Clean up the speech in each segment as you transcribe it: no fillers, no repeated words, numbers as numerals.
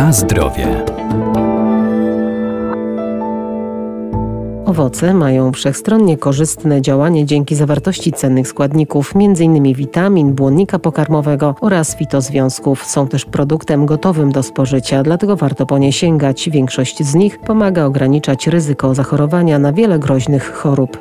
Na zdrowie. Owoce mają wszechstronnie korzystne działanie dzięki zawartości cennych składników, m.in. witamin, błonnika pokarmowego oraz fitozwiązków. Są też produktem gotowym do spożycia, dlatego warto po nie sięgać. Większość z nich pomaga ograniczać ryzyko zachorowania na wiele groźnych chorób.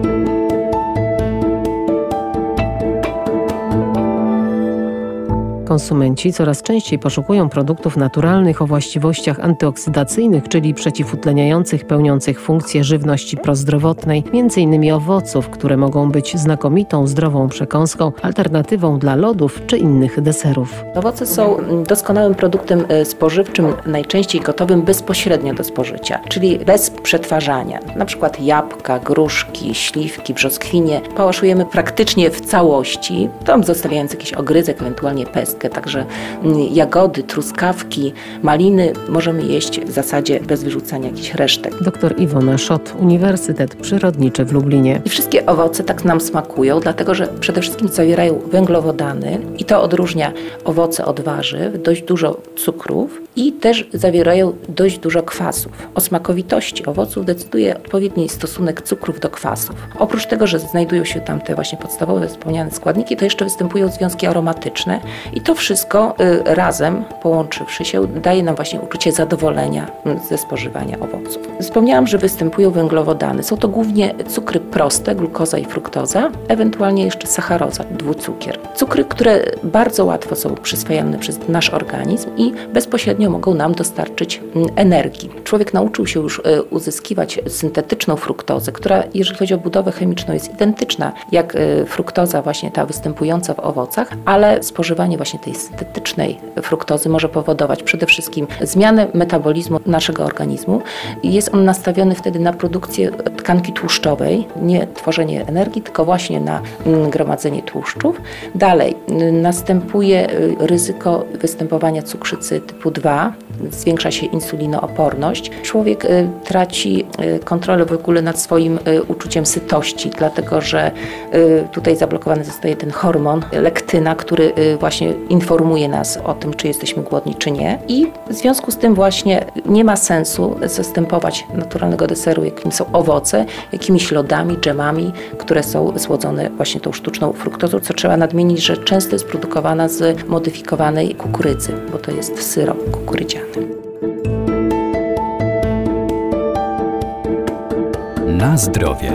Konsumenci coraz częściej poszukują produktów naturalnych o właściwościach antyoksydacyjnych, czyli przeciwutleniających, pełniących funkcję żywności prozdrowotnej, m.in. owoców, które mogą być znakomitą, zdrową przekąską, alternatywą dla lodów czy innych deserów. Owoce są doskonałym produktem spożywczym, najczęściej gotowym bezpośrednio do spożycia, czyli bez przetwarzania. Na przykład jabłka, gruszki, śliwki, brzoskwinie pałaszujemy praktycznie w całości, tam zostawiając jakiś ogryzek, ewentualnie pestkę. Także jagody, truskawki, maliny możemy jeść w zasadzie bez wyrzucania jakichś resztek. Dr Iwona Szot, Uniwersytet Przyrodniczy w Lublinie. I wszystkie owoce tak nam smakują, dlatego że przede wszystkim zawierają węglowodany i to odróżnia owoce od warzyw, dość dużo cukrów i też zawierają dość dużo kwasów. O smakowitości owoców decyduje odpowiedni stosunek cukrów do kwasów. Oprócz tego, że znajdują się tam te właśnie podstawowe wspomniane składniki, to jeszcze występują związki aromatyczne i to wszystko razem, połączywszy się, daje nam właśnie uczucie zadowolenia ze spożywania owoców. Wspomniałam, że występują węglowodany. Są to głównie cukry proste, glukoza i fruktoza, ewentualnie jeszcze sacharoza, dwucukier. Cukry, które bardzo łatwo są przyswajalne przez nasz organizm i bezpośrednio mogą nam dostarczyć energii. Człowiek nauczył się już uzyskiwać syntetyczną fruktozę, która, jeżeli chodzi o budowę chemiczną, jest identyczna jak fruktoza właśnie ta występująca w owocach, ale spożywanie właśnie tej syntetycznej fruktozy może powodować przede wszystkim zmianę metabolizmu naszego organizmu. Jest on nastawiony wtedy na produkcję tkanki tłuszczowej, nie tworzenie energii, tylko właśnie na gromadzenie tłuszczów. Dalej następuje ryzyko występowania cukrzycy typu 2, zwiększa się insulinooporność. Człowiek traci kontrolę w ogóle nad swoim uczuciem sytości, dlatego że tutaj zablokowany zostaje ten hormon lektyna, który właśnie informuje nas o tym, czy jesteśmy głodni, czy nie. I w związku z tym właśnie nie ma sensu zastępować naturalnego deseru, jakim są owoce, jakimiś lodami, dżemami, które są słodzone właśnie tą sztuczną fruktozą, co trzeba nadmienić, że często jest produkowana z modyfikowanej kukurydzy, bo to jest syrop kukurydziany. Na zdrowie.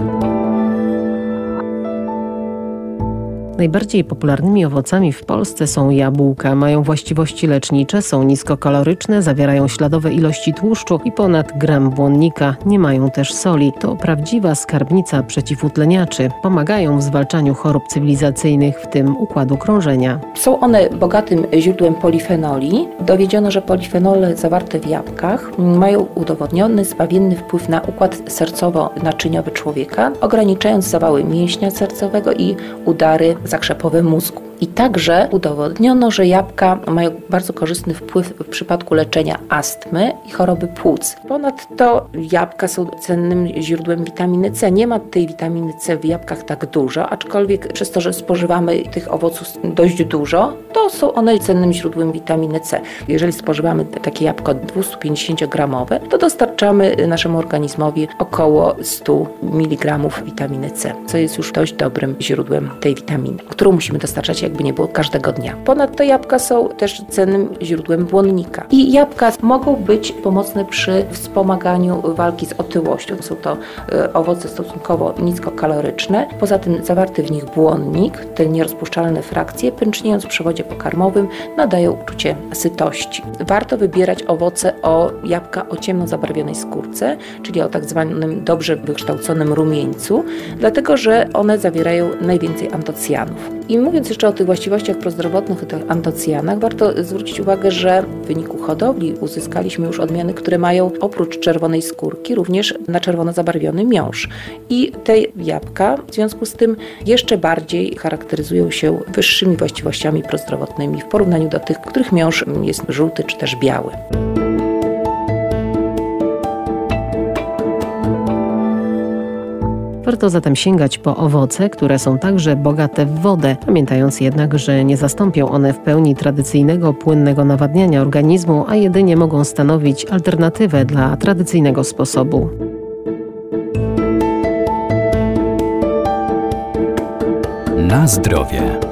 Najbardziej popularnymi owocami w Polsce są jabłka. Mają właściwości lecznicze, są niskokaloryczne, zawierają śladowe ilości tłuszczu i ponad gram błonnika. Nie mają też soli. To prawdziwa skarbnica przeciwutleniaczy. Pomagają w zwalczaniu chorób cywilizacyjnych, w tym układu krążenia. Są one bogatym źródłem polifenoli. Dowiedziono, że polifenole zawarte w jabłkach mają udowodniony zbawienny wpływ na układ sercowo-naczyniowy człowieka, ograniczając zawały mięśnia sercowego i udary zakrzepowe mózgu. I także udowodniono, że jabłka mają bardzo korzystny wpływ w przypadku leczenia astmy i choroby płuc. Ponadto jabłka są cennym źródłem witaminy C. Nie ma tej witaminy C w jabłkach tak dużo, aczkolwiek przez to, że spożywamy tych owoców dość dużo, to są one cennym źródłem witaminy C. Jeżeli spożywamy takie jabłko 250-gramowe, to dostarczamy naszemu organizmowi około 100 mg witaminy C, co jest już dość dobrym źródłem tej witaminy, którą musimy dostarczać jakby nie było każdego dnia. Ponadto jabłka są też cennym źródłem błonnika. I jabłka mogą być pomocne przy wspomaganiu walki z otyłością. Są to owoce stosunkowo niskokaloryczne. Poza tym zawarty w nich błonnik, te nierozpuszczalne frakcje, pęczniejąc w przewodzie pokarmowym, nadają uczucie sytości. Warto wybierać owoce jabłka o ciemno zabarwionej skórce, czyli o tak zwanym dobrze wykształconym rumieńcu, dlatego że one zawierają najwięcej antocjanów. I mówiąc jeszcze o tych właściwościach prozdrowotnych i tych antocjanach, warto zwrócić uwagę, że w wyniku hodowli uzyskaliśmy już odmiany, które mają oprócz czerwonej skórki również na czerwono zabarwiony miąższ. I te jabłka w związku z tym jeszcze bardziej charakteryzują się wyższymi właściwościami prozdrowotnymi w porównaniu do tych, których miąższ jest żółty czy też biały. Warto zatem sięgać po owoce, które są także bogate w wodę, pamiętając jednak, że nie zastąpią one w pełni tradycyjnego płynnego nawadniania organizmu, a jedynie mogą stanowić alternatywę dla tradycyjnego sposobu. Na zdrowie.